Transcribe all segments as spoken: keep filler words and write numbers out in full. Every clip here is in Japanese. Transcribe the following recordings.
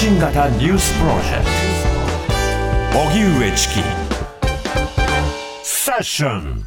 信型ニュースプロジェクト荻上チキセッション。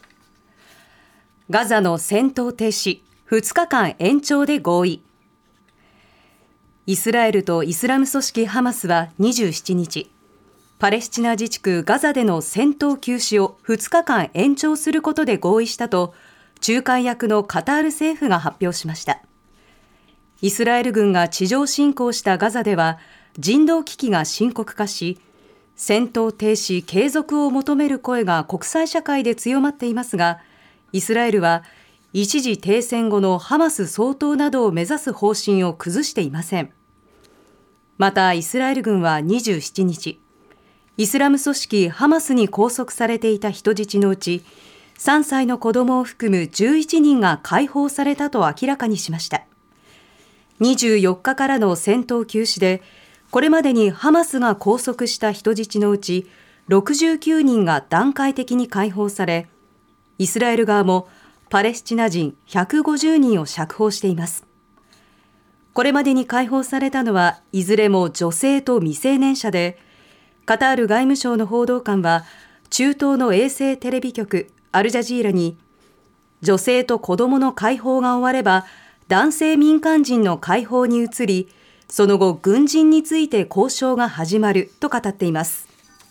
ガザの戦闘停止ふつかかん延長で合意。イスラエルとイスラム組織ハマスはにじゅうしちにち、パレスチナ自治区ガザでの戦闘休止をふつかかん延長することで合意したと、仲介役のカタール政府が発表しました。イスラエル軍が地上侵攻したガザでは人道危機が深刻化し、戦闘停止継続を求める声が国際社会で強まっていますが、イスラエルは一時停戦後のハマス掃討などを目指す方針を崩していません。またイスラエル軍はにじゅうしちにち、イスラム組織ハマスに拘束されていた人質のうちさんさいの子供を含むじゅういちにんが解放されたと明らかにしました。にじゅうよっかからの戦闘休止で、これまでにハマスが拘束した人質のうちろくじゅうきゅうにんが段階的に解放され、イスラエル側もパレスチナ人ひゃくごじゅうにんを釈放しています。これまでに解放されたのはいずれも女性と未成年者で、カタール外務省の報道官は中東の衛星テレビ局アルジャジーラに、女性と子供の解放が終われば男性民間人の解放に移り、その後軍人について交渉が始まると語っています。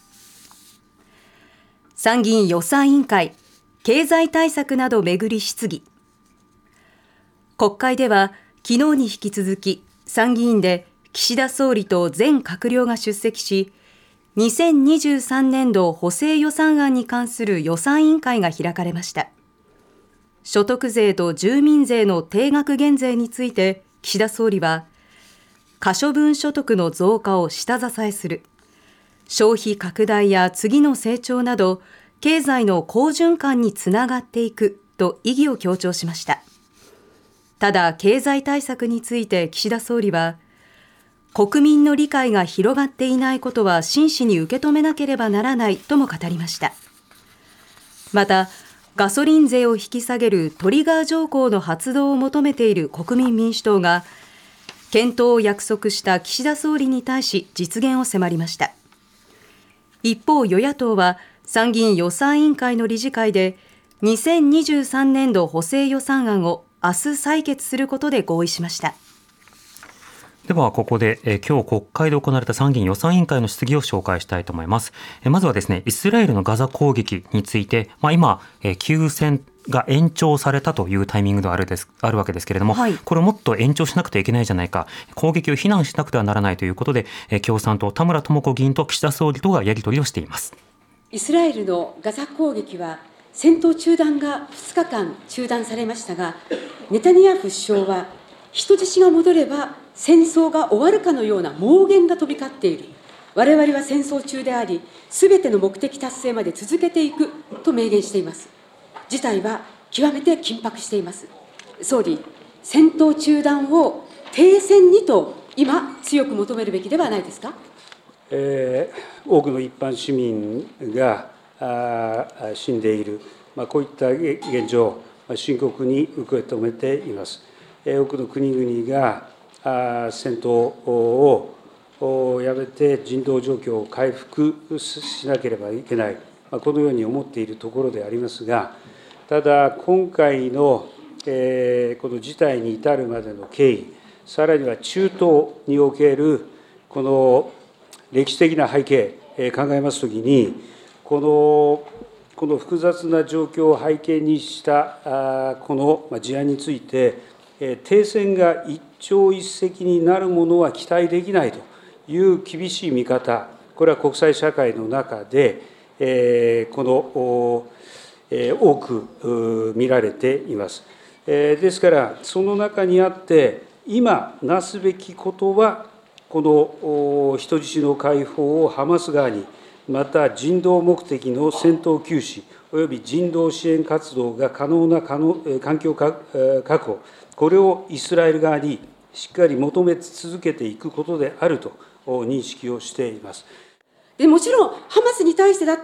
参議院予算委員会、経済対策などめぐり質疑。国会では昨日に引き続き参議院で岸田総理と全閣僚が出席し、にせんにじゅうさんねんど補正予算案に関する予算委員会が開かれました。所得税と住民税の定額減税について岸田総理は、可処分所得の増加を下支えする、消費拡大や次の成長など経済の好循環につながっていくと意義を強調しました。ただ経済対策について岸田総理は、国民の理解が広がっていないことは真摯に受け止めなければならないとも語りました。またガソリン税を引き下げるトリガー条項の発動を求めている国民民主党が、検討を約束した岸田総理に対し実現を迫りました。一方与野党は参議院予算委員会の理事会でにせんにじゅうさんねんど補正予算案を明日採決することで合意しました。 ではここでえ今日国会で行われた参議院予算委員会の質疑を紹介したいと思います。えまずはですね、イスラエルのガザ攻撃について、まあ、今え休戦が延長されたというタイミングではあるです、あるわけですけれども、はい、これをもっと延長しなくてはいけないじゃないか、攻撃を非難しなくてはならないということで、え共産党田村智子議員と岸田総理とがやり取りをしています。 イスラエルのガザ攻撃は戦闘中断がふつかかん中断されましたが、ネタニヤフ首相は人質が戻れば戦争が終わるかのような妄言が飛び交っている、我々は戦争中でありすべての目的達成まで続けていくと明言しています。事態は極めて緊迫しています。総理、戦闘中断を停戦にと今強く求めるべきではないですか。 えー、多くの一般市民があ死んでいる、まあ、こういった現状、深刻に受け止めています。えー、多くの国々があ戦闘をやめて人道状況を回復しなければいけない、まあ、このように思っているところでありますが、ただ今回の、えー、この事態に至るまでの経緯、さらには中東におけるこの歴史的な背景、えー、考えますときに、このこの複雑な状況を背景にしたあこの事案について、えー、停戦が一朝一夕になるものは期待できないという厳しい見方、これは国際社会の中で、えー、このえー、多く見られています。えー、ですから、その中にあって、今なすべきことは、この人質の解放をハマス側に、また人道目的の戦闘休止、および人道支援活動が可能な可能環境確保、これをイスラエル側にしっかり求め続けていくことであると認識をしています。 でもちろん、ハマスに対してだって、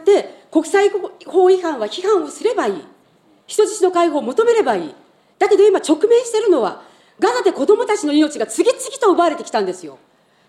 国際法違反は批判をすればいい、人質の解放を求めればいい、だけど今、直面しているのは、ガザで子どもたちの命が次々と奪われてきたんですよ。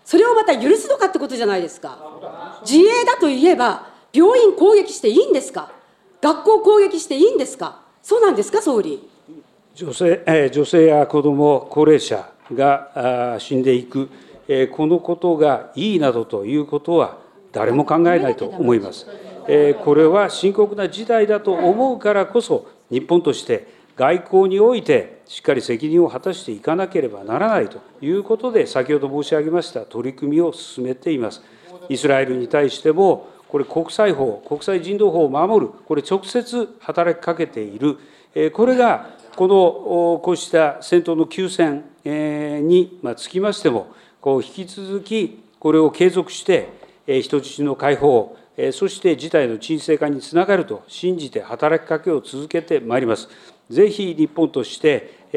それをまた許すのかってことじゃないですか。自衛だといえば、病院攻撃していいんですか、学校攻撃していいんですか、そうなんですか、総理。 女性、えー、女性や子ども、高齢者が死んでいく、えー、このことがいいなどということは、誰も考えないと思います。えー、これは深刻な事態だと思うからこそ、日本として外交においてしっかり責任を果たしていかなければならないということで、先ほど申し上げました取り組みを進めています。イスラエルに対しても、これ、国際法、国際人道法を守る、これ、直接働きかけている、これが、このこうした戦闘の休戦につきましても、こう引き続きこれを継続して、人質の解放、そして事態の沈静化につながると信じて働きかけを続けてまいります。ぜひ日本として、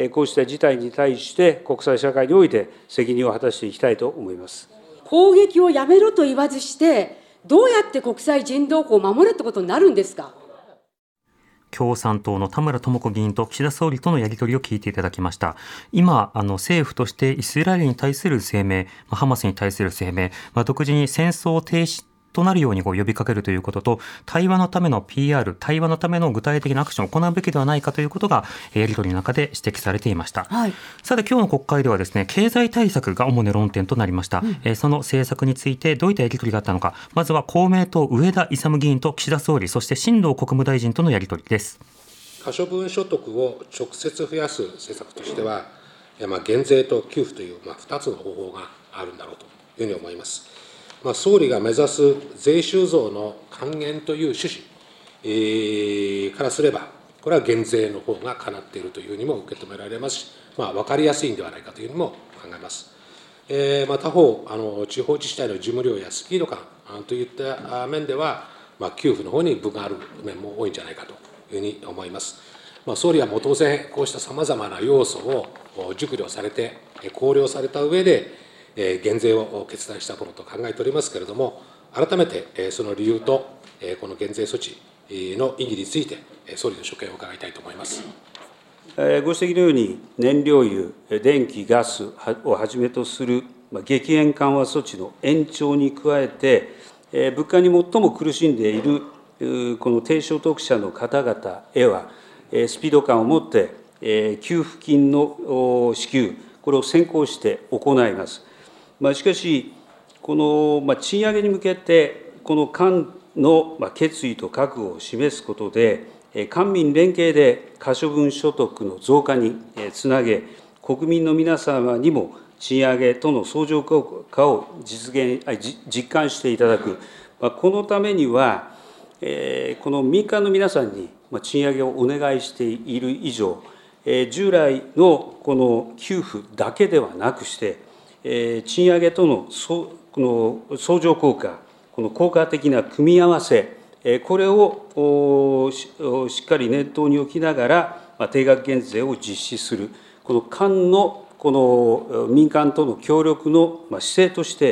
こうした事態に対して国際社会において責任を果たしていきたいと思います。 攻撃をやめろと言わずして、どうやって国際人道法を守るってことになるんですか。 共産党の田村智子議員と岸田総理とのやり取りを聞いていただきました。今、あの政府としてイスラエルに対する声明、ハマスに対する声明、まあ、独自に戦争停止となるようにこう呼びかけるということと、対話のための ピーアール、対話のための具体的なアクションを行うべきではないかということがやり取りの中で指摘されていました。はい、さて今日の国会ではですね、経済対策が主な論点となりました。うん、えー、その政策についてどういったやり取りがあったのか、まずは公明党上田勇議員と岸田総理、そして新藤国務大臣とのやり取りです。 可処分所得を直接増やす政策としては、まあ、減税と給付という、まあ、ふたつの方法があるんだろうというふうに思います。まあ、総理が目指す税収増の還元という趣旨、えー、からすれば、これは減税の方がかなっているというふうにも受け止められますし、まあ、分かりやすいんではないかというふうにも考えます。えーまあ、他方あの、地方自治体の事務量やスピード感といった面では、まあ、給付の方に分がある面も多いんじゃないかというふうに思います。まあ、総理はもう当然、こうしたさまざまな要素を熟慮されて、考慮された上で、減税を決断したものと考えておりますけれども、改めてその理由と、この減税措置の意義について、総理の所見を伺いたいと思います。 ご指摘のように、燃料油、電気、ガスをはじめとする激変緩和措置の延長に加えて、物価に最も苦しんでいるこの低所得者の方々へは、スピード感を持って給付金の支給、これを先行して行います。まあ、しかし、この、まあ、賃上げに向けて、この官の、まあ、決意と覚悟を示すことで、官民連携で可処分所得の増加につなげ、国民の皆様にも賃上げとの相乗効果を実現、実感していただく、まあ、このためには、えー、この民間の皆さんに賃上げをお願いしている以上、えー、従来のこの給付だけではなくして、賃上げとのこの相乗効果、この効果的な組み合わせ、これをしっかり念頭に置きながら、定額減税を実施する、この間のこの民間との協力の姿勢として、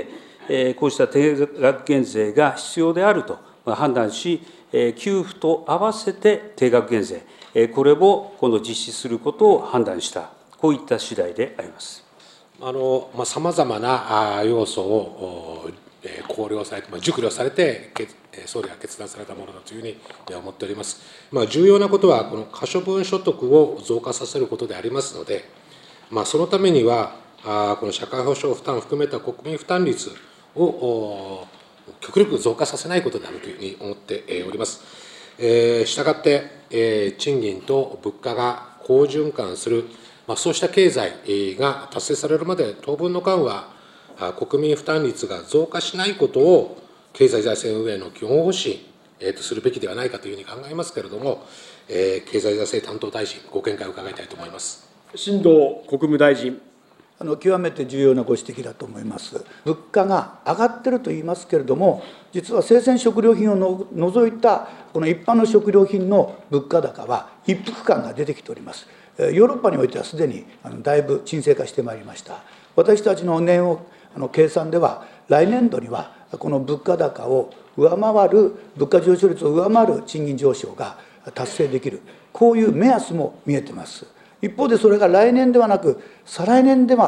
こうした定額減税が必要であると判断し、給付と合わせて定額減税、これをこの実施することを判断した、こういった次第であります。 さまざまな要素を考慮されて、熟慮されて、総理が決断されたものだというふうに思っております。まあ、重要なことは、この可処分所得を増加させることでありますので、まあ、そのためには、この社会保障負担を含めた国民負担率を極力増加させないことであるというふうに思っております。したがって、賃金と物価が好循環する、まあ、そうした経済が達成されるまで当分の間は国民負担率が増加しないことを経済財政運営の基本方針とするべきではないかというふうに考えますけれども、経済財政担当大臣、ご見解を伺いたいと思います。 新藤国務大臣。 あの極めて重要なご指摘だと思います。物価が上がっていると言いますけれども、実は生鮮食料品をの除いたこの一般の食料品の物価高は一服感が出てきております。ヨーロッパにおいてはすでにだいぶ沈静化してまいりました。私たちの年を計算では、来年度にはこの物価高を上回る、物価上昇率を上回る賃金上昇が達成できる、こういう目安も見えています。一方で、それが来年ではなく再来年では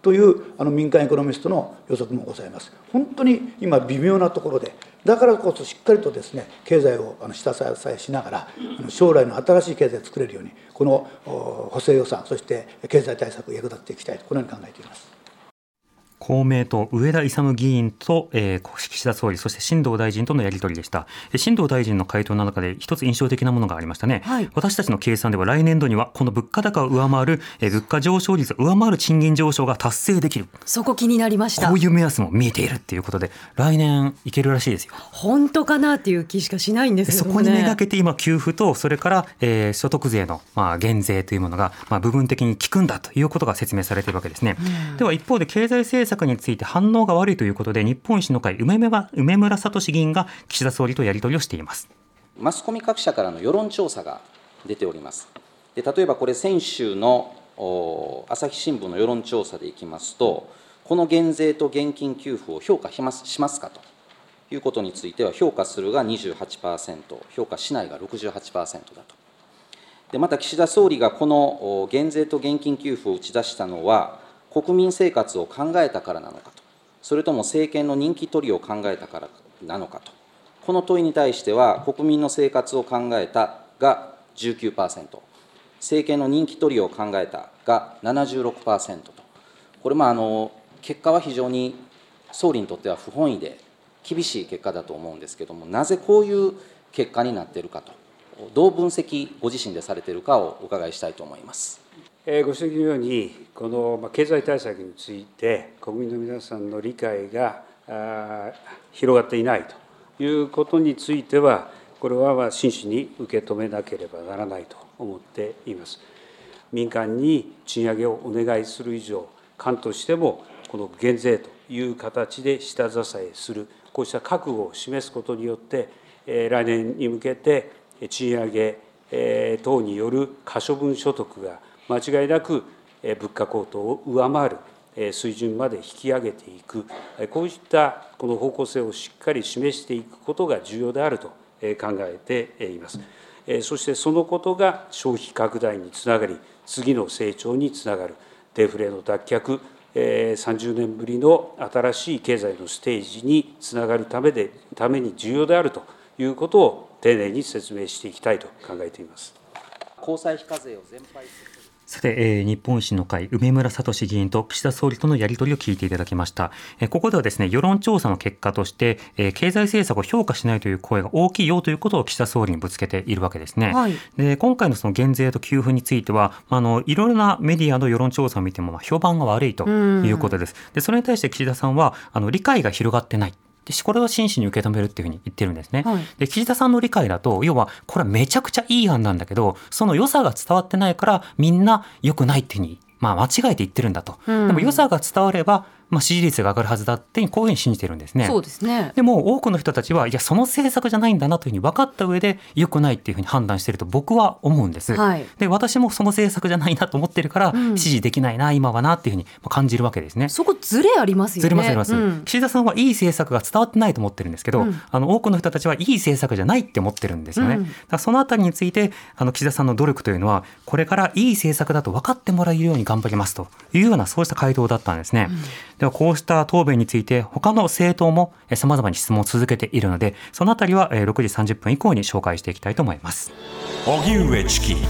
というあの民間エコノミストの予測もございます。本当に今微妙なところで、だからこそしっかりとですね、経済をあの下支えしながら、あの将来の新しい経済を作れるように、この補正予算、そして経済対策を役立てていきたいと、このように考えています。 公明党、上田勇議員と、えー、岸田総理、そして新藤大臣とのやり取りでした。新藤大臣の回答の中で一つ印象的なものがありましたね、はい、私たちの計算では来年度にはこの物価高を上回る、えー、物価上昇率を上回る賃金上昇が達成できる。 そこ気になりました。 こういう目安も見えているということで、来年いけるらしいですよ。 本当かなっていう気しかしないんですよね。 そこにめがけて今給付と、それから、えー、所得税の、まあ、減税というものが、まあ、部分的に効くんだということが説明されているわけですね、うん、では一方で経済政策について反応が悪いということで、日本維新の会梅村、梅村聡議員が岸田総理とやり取りをしています。 マスコミ各社からの世論調査が出ております。で例えばこれ先週の朝日新聞の世論調査でいきますと、この減税と現金給付を評価しますしますかということについては、評価するが にじゅうはちパーセント、評価しないが ろくじゅうはちパーセント だと。でまた岸田総理がこの減税と現金給付を打ち出したのは、国民生活を考えたからなのかと、それとも政権の人気取りを考えたからなのかと、この問いに対しては、国民の生活を考えたが じゅうきゅうパーセント、政権の人気取りを考えたが ななじゅうろくパーセント と、これ、まあ、あの結果は非常に総理にとっては不本意で厳しい結果だと思うんですけれども、なぜこういう結果になっているかと、どう分析、ご自身でされているかをお伺いしたいと思います。 ご指摘のように、この経済対策について、国民の皆さんの理解が広がっていないということについては、これは真摯に受け止めなければならないと思っています。民間に賃上げをお願いする以上、官としてもこの減税という形で下支えする、こうした覚悟を示すことによって、来年に向けて賃上げ等による可処分所得が間違いなく物価高騰を上回る水準まで引き上げていく、こういったこの方向性をしっかり示していくことが重要であると考えています。そしてそのことが消費拡大につながり、次の成長につながる、デフレの脱却、さんじゅうねんぶりの新しい経済のステージにつながるためでために重要であるということを丁寧に説明していきたいと考えています。 公債非課税を全廃する。 さて、えー、日本維新の会梅村聡議員と岸田総理とのやり取りを聞いていただきました。えー、ここではですね、世論調査の結果として、えー、経済政策を評価しないという声が大きいよということを岸田総理にぶつけているわけですね。はい、で今回のその減税と給付については、あのいろいろなメディアの世論調査を見ても、まあ、評判が悪いということです。でそれに対して岸田さんはあの理解が広がってない。でこれを真摯に受け止めるっていうふうに言ってるんですね。はい、で岸田さんの理解だと、要はこれはめちゃくちゃいい案なんだけど、その良さが伝わってないからみんな良くないっていうふうに、まあ、間違えて言ってるんだと。うん、でも良さが伝われば、まあ、支持率が上がるはずだってこういうふうに信じてるんですね。 そうですね。 でも多くの人たちはいやその政策じゃないんだなというふうに分かった上で良くないっていうふうに判断していると僕は思うんです。はい、で私もその政策じゃないなと思ってるから、うん、支持できないな今はなっていうふうに感じるわけですね。 そこずれありますよね。 ずれますあります、うん、岸田さんはいい政策が伝わってないと思ってるんですけど、うん、あの多くの人たちはいい政策じゃないって思ってるんですよね。うん、だからそのあたりについてあの岸田さんの努力というのはこれからいい政策だと分かってもらえるように頑張りますというようなそうした回答だったんですね。うん、ではこうした答弁について他の政党も様々に質問を続けているので、そのあたりはろくじさんじゅっぷん以降に紹介していきたいと思います。荻上チキ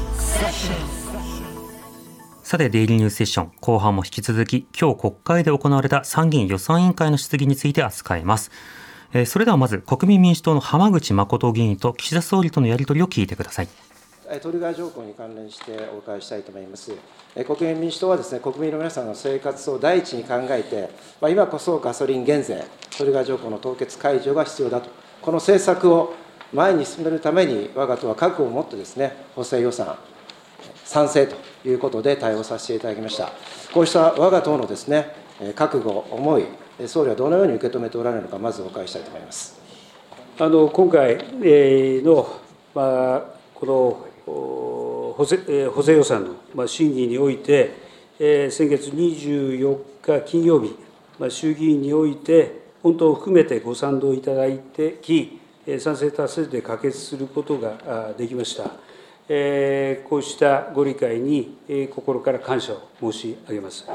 さて、デイリーニュースセッション後半も引き続き今日国会で行われた参議院予算委員会の質疑について扱います。えー、それではまず国民民主党の浜口誠議員と岸田総理とのやり取りを聞いてください。 トリガー条項に関連してお伺いしたいと思います。国民民主党はですね、国民の皆さんの生活を第一に考えて、まあ、今こそガソリン減税、トリガー条項の凍結解除が必要だと、この政策を前に進めるために、我が党は覚悟を持ってですね、補正予算、賛成ということで対応させていただきました。こうした我が党のですね、覚悟、思い、総理はどのように受け止めておられるのか、まずお伺いしたいと思います。 あの今回の、まあ、この補正、補正予算の審議において、先月にじゅうよっか金曜日、衆議院において、本党を含めてご賛同いただいてき、賛成多数で可決することができました。こうしたご理解に心から感謝を申し上げます。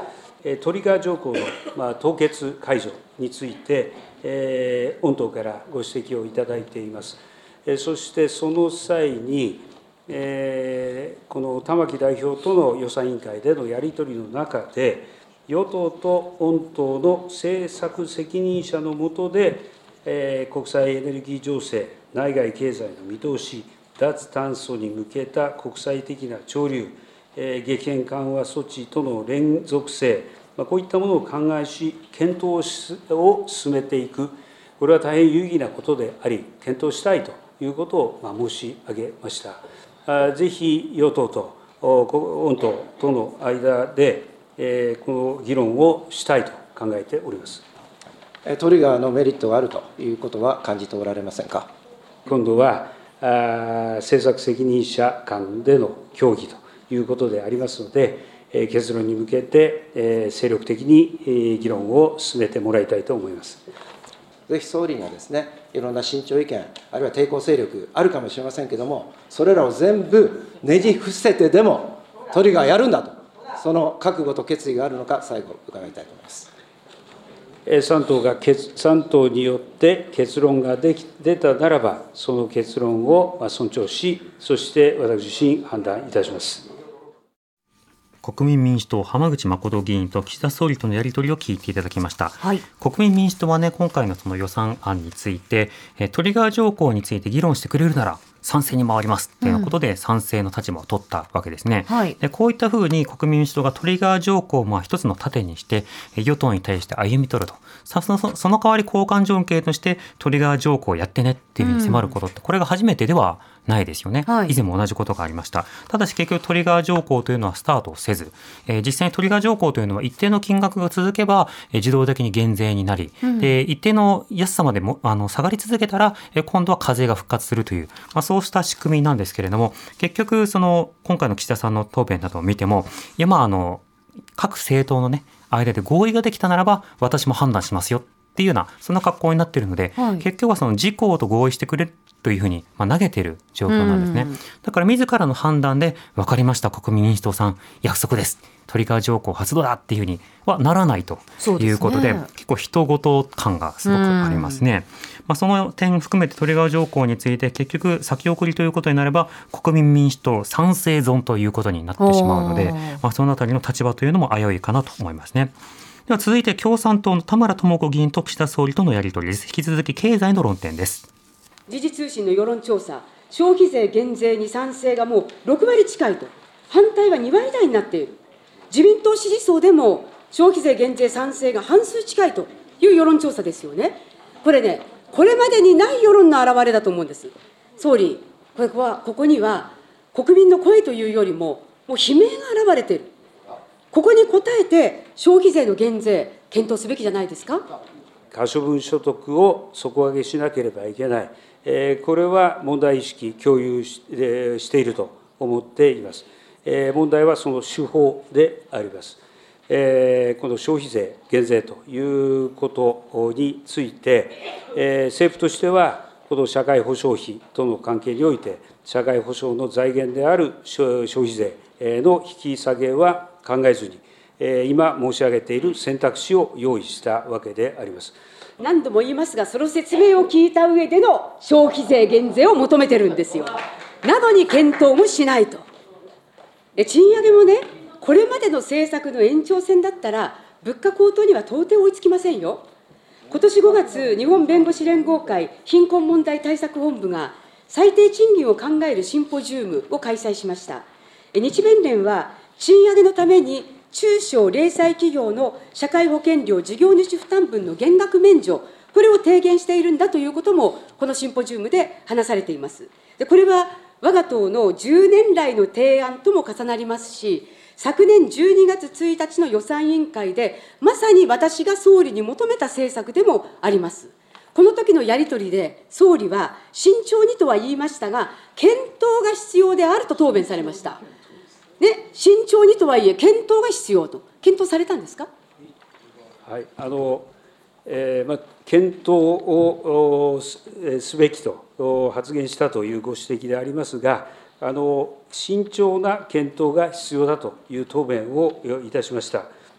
トリガー条項の、まあ、凍結解除について、えー、御党からご指摘をいただいています。えー、そしてその際に、えー、この玉木代表との予算委員会でのやり取りの中で、与党と御党の政策責任者の下で、えー、国際エネルギー情勢、内外経済の見通し、脱炭素に向けた国際的な潮流、えー、激変緩和措置との連続性、まあ、こういったものを考えし、検討を進めていく、これは大変有意義なことであり、検討したいということをまあ申し上げました。あぜひ与党と御党との間で、えー、この議論をしたいと考えております。 トリガーのメリットがあるということは感じておられませんか。 今度はあ政策責任者間での協議ということでありますので、えー、結論に向けて、えー、精力的に、えー、議論を進めてもらいたいと思います。 ぜひ総理にはですね、いろんな慎重意見、あるいは抵抗勢力あるかもしれませんけれども、それらを全部ねじ伏せてでもトリガーやるんだと、その覚悟と決意があるのか、最後伺いたいと思います。 さん党がさん党によって結論ができ出たならば、その結論を尊重し、そして私自身判断いたします。 国民民主党浜口誠議員と岸田総理とのやり取りを聞いていただきました。 はい、 国民民主党はね、今回のその予算案について、トリガー条項について議論してくれるなら賛成に回りますということで賛成の立場を取ったわけですね。 うんはい、 でこういったふうに国民民主党がトリガー条項をまあ一つの盾にして与党に対して歩み取ると、さそのその代わり交換条件としてトリガー条項をやってねっていうふうに迫ることって、これが初めてではないですよね。はい、以前も同じことがありました。ただし結局トリガー条項というのはスタートせず、えー、実際にトリガー条項というのは一定の金額が続けば、えー、自動的に減税になり、うん、で一定の安さまでもあの下がり続けたら、えー、今度は課税が復活するという、まあ、そうした仕組みなんですけれども、結局その今回の岸田さんの答弁などを見ても、いやまああの各政党のね間で合意ができたならば私も判断しますよっていうようなそんな格好になっているので、はい、結局はその自公と合意してくれるというふうに、まあ、投げている状況なんですね。だから自らの判断で分かりました、国民民主党さん約束です、トリガー条項発動だっていうふうにはならないということ で, で、ね、結構人事感がすごくありますね。まあ、その点含めてトリガー条項について結局先送りということになれば国民民主党賛成損ということになってしまうので、まあ、そのあたりの立場というのも危ういかなと思いますね。では続いて共産党の田村智子議員と岸田総理とのやり取りです。引き続き経済の論点です。 時事通信の世論調査、消費税減税に賛成がもうろくわり近いと、反対はにわり台になっている。自民党支持層でも消費税減税賛成が半数近いという世論調査ですよね。これね、これまでにない世論の表れだと思うんです。総理、これはここには国民の声というよりも、もう悲鳴が現れている。ここに応えて消費税の減税、検討すべきじゃないですか。 可処分所得を底上げしなければいけない、えー、これは問題意識、共有 し,、えー、していると思っています。えー、問題はその手法であります。えー、この消費税減税ということについて、えー、政府としては、この社会保障費との関係において、社会保障の財源である消費税の引き下げは考えずに、今申し上げている選択肢を用意したわけであります。 何度も言いますが、その説明を聞いた上での消費税減税を求めてるんですよ。なのに検討もしないと。賃上げもね、これまでの政策の延長線だったら、物価高騰には到底追いつきませんよ。今年ごがつ、日本弁護士連合会貧困問題対策本部が、最低賃金を考えるシンポジウムを開催しました。日弁連は、賃上げのために、中小零細企業の社会保険料事業主負担分の減額免除、これを提言しているんだということも、このシンポジウムで話されています。でこれは我が党のじゅうねん来の提案とも重なりますし、昨年じゅうにがつついたちの予算委員会で、まさに私が総理に求めた政策でもあります。この時のやり取りで、総理は慎重にとは言いましたが、検討が必要であると答弁されました。ね、慎重にとはいえ、検討が必要と、検討されたんですか。 はい、あのえーま、検討をすべきと発言したというご指摘でありますが、あの慎重な検討が必要だという答弁をいたしました。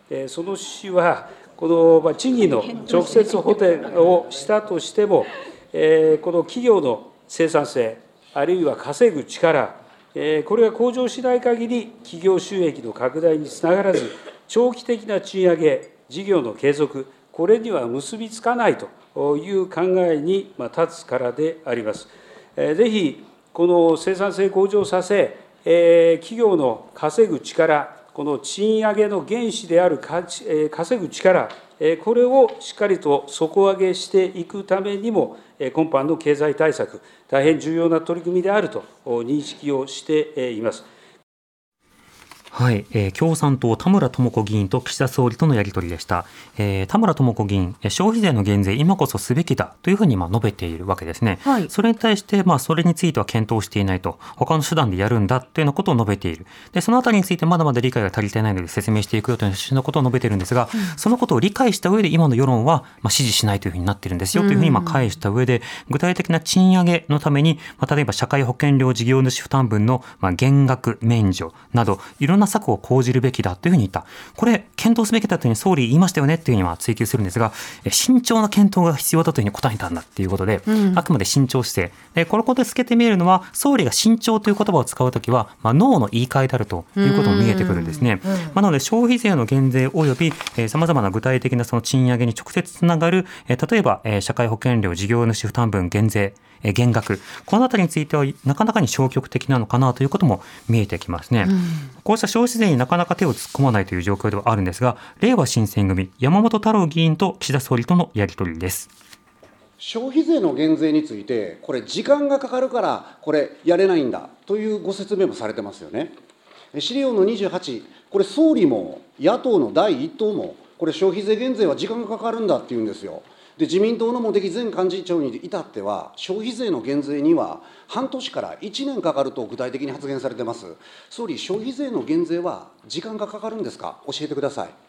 その趣旨は、この賃金の直接補填をしたとしても、この企業の生産性、あるいは稼ぐ力、これが向上しない限り、企業収益の拡大につながらず、長期的な賃上げ、事業の継続、これには結びつかないという考えに立つからであります。ぜひ、この生産性向上させ、企業の稼ぐ力、この賃上げの原資である稼ぐ力、これをしっかりと底上げしていくためにも、今般の経済対策、大変重要な取り組みであると認識をしています。 はい、えー、共産党田村智子議員と岸田総理とのやり取りでした。えー、田村智子議員、消費税の減税今こそすべきだというふうにまあ述べているわけですね。はい、それに対してまあそれについては検討していないと、他の手段でやるんだというようなことを述べている。でそのあたりについてまだまだ理解が足りていないので説明していくよという趣旨のことを述べているんですが、うん、そのことを理解した上で今の世論はまあ支持しないというふうになっているんですよというふうにまあ返した上で、具体的な賃上げのために、まあ、例えば社会保険料事業主負担分のまあ減額免除などいろんな策を講じるべきだというふうに言った。これ検討すべきだというふうに総理言いましたよねというふうには追及するんですが、慎重な検討が必要だというふうに答えたんだということで、うん、あくまで慎重姿勢で、このことで透けて見えるのは、総理が慎重という言葉を使うときは、まあ、ノーの言い換えであるということも見えてくるんですね。うんうん、まあ、なので消費税の減税およびさまざまな具体的なその賃上げに直接つながる、えー、例えば、えー、社会保険料事業主負担分減税、えー、減額、このあたりについてはなかなかに消極的なのかなということも見えてきますね。うん、こうした消費税になかなか手を突っ込まないという状況ではあるんですが、れいわ新選組山本太郎議員と岸田総理とのやり取りです。 消費税の減税について、これ時間がかかるからこれやれないんだというご説明もされてますよね。資料のにじゅうはち、これ総理も野党のだいいっ党もこれ消費税減税は時間がかかるんだって言うんですよ。で自民党の茂木前幹事長に至っては、消費税の減税には半年からいちねんかかると具体的に発言されてます。総理、消費税の減税は時間がかかるんですか、教えてください。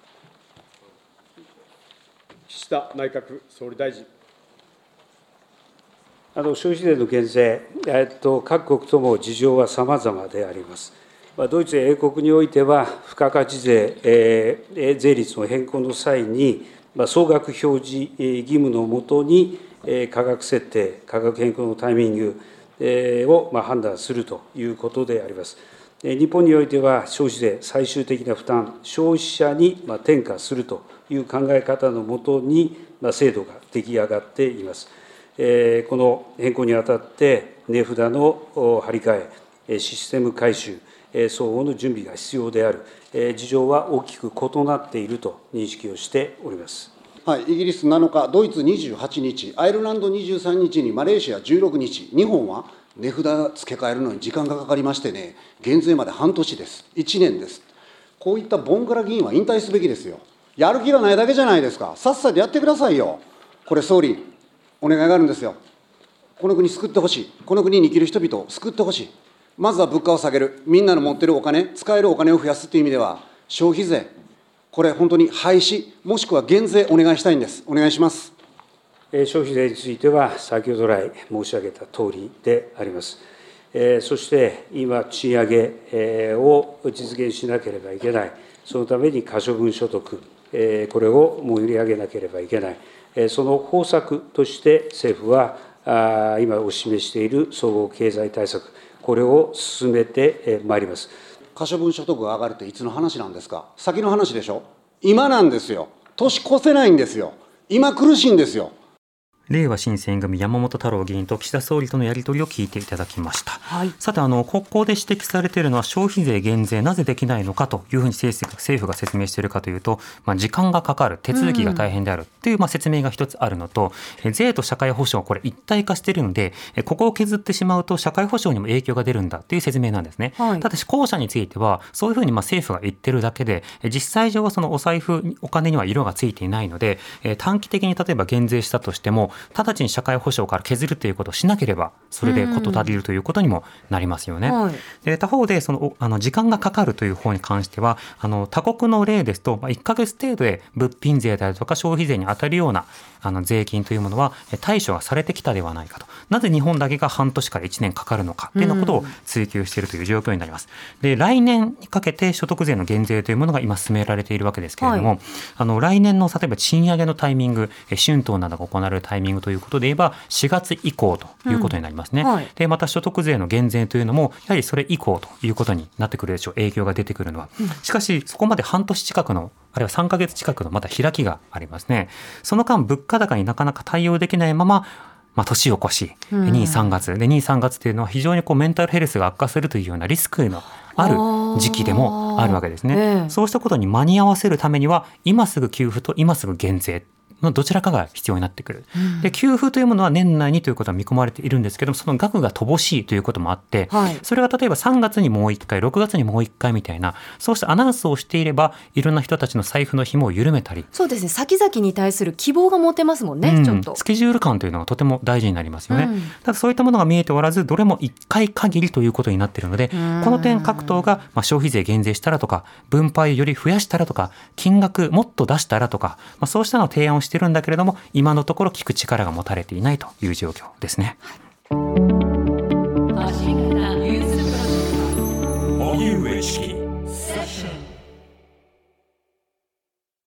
岸田内閣総理大臣。 あの消費税の減税、えっと、各国とも事情はさまざまであります。ドイツや英国においては、付加価値税、えー、税率の変更の際に、総額表示義務のもとに、価格設定、価格変更のタイミングを判断するということであります。日本においては、消費税、最終的な負担、消費者に転嫁するという考え方のもとに、制度が出来上がっています。この変更にあたって、値札の貼り替え、システム改修、相応の準備が必要である、事情は大きく異なっていると認識をしております。 はい、イギリスなのか、ドイツにじゅうはちにち、アイルランドにじゅうさんにちに、マレーシアじゅうろくにち、日本は値札付け替えるのに時間がかかりましてね、減税まで半年です、いちねんです。こういったボンクラ議員は引退すべきですよ。やる気がないだけじゃないですか、さっさとやってくださいよ。これ、総理、お願いがあるんですよ。この国救ってほしい、この国に生きる人々を救ってほしい。まずは物価を下げる、みんなの持ってるお金、使えるお金を増やすという意味では、消費税、これ、本当に廃止、もしくは減税、お願いしたいんです。お願いします。 消費税については、先ほど来申し上げたとおりであります。そして、今、賃上げを実現しなければいけない、そのために可処分所得、これを盛り上げなければいけない、その方策として政府は、今お示している総合経済対策、これを進めてまいります。 可処分所得が上がるっていつの話なんですか。先の話でしょ。今なんですよ。年越せないんですよ。今苦しいんですよ。 れいわ新選組山本太郎議員と岸田総理とのやり取りを聞いていただきました。 はい、 さて、あのここで指摘されているのは、消費税減税なぜできないのかというふうに政府政府が説明しているかというと、まあ、時間がかかる、手続きが大変であるという、まあ、説明が一つあるのと、え税と社会保障、これ一体化しているので、えここを削ってしまうと社会保障にも影響が出るんだという説明なんですね。はい、ただし後者についてはそういうふうにまあ政府が言ってるだけで、実際上はそのお財布お金には色がついていないので、え短期的に例えば減税したとしても、 直ちに社会保障から削るということをしなければそれで事足りるということにもなりますよね。 はい、 で他方でそのあの時間がかかるという方に関してはあの他国の例ですと、まあ、いっかげつ程度で物品税であるとか消費税に当たるようなあの税金というものは対処がされてきたではないかと。なぜ日本だけが半年からいちねんかかるのかというようなことを追求しているという状況になります。で来年にかけて所得税の減税というものが今進められているわけですけれども、はい、あの来年の例えば賃上げのタイミング、春闘などが行われるタイミングということで言えばしがつ以降ということになりますね。うんはい、でまた所得税の減税というのもやはりそれ以降ということになってくるでしょう。影響が出てくるのは、うん、しかしそこまで半年近くのあるいはさんかげつ近くのまた開きがありますね。その間物価高になかなか対応できないまままあ、年を越し、に、さんがつでに、さんがつというのは非常にこうメンタルヘルスが悪化するというようなリスクのある時期でもあるわけですね。えー、そうしたことに間に合わせるためには今すぐ給付と今すぐ減税のどちらかが必要になってくる。うん、で給付というものは年内にということは見込まれているんですけども、その額が乏しいということもあって、はい、それが例えばさんがつにもういっかいろくがつにもういっかいみたいなそうしたアナウンスをしていればいろんな人たちの財布の紐を緩めたり、 そうですね、先々に対する希望が持てますもんね。うん、ちょっとスケジュール感というのがとても大事になりますよね。うん、ただそういったものが見えておらずどれもいっかい限りということになっているので、この点各党がまあ消費税減税したらとか分配をより増やしたらとか金額もっと出したらとか、まあ、そうしたのを提案をしているんだけれども今のところ聞く力が持たれていないという状況ですね。 荻上チキ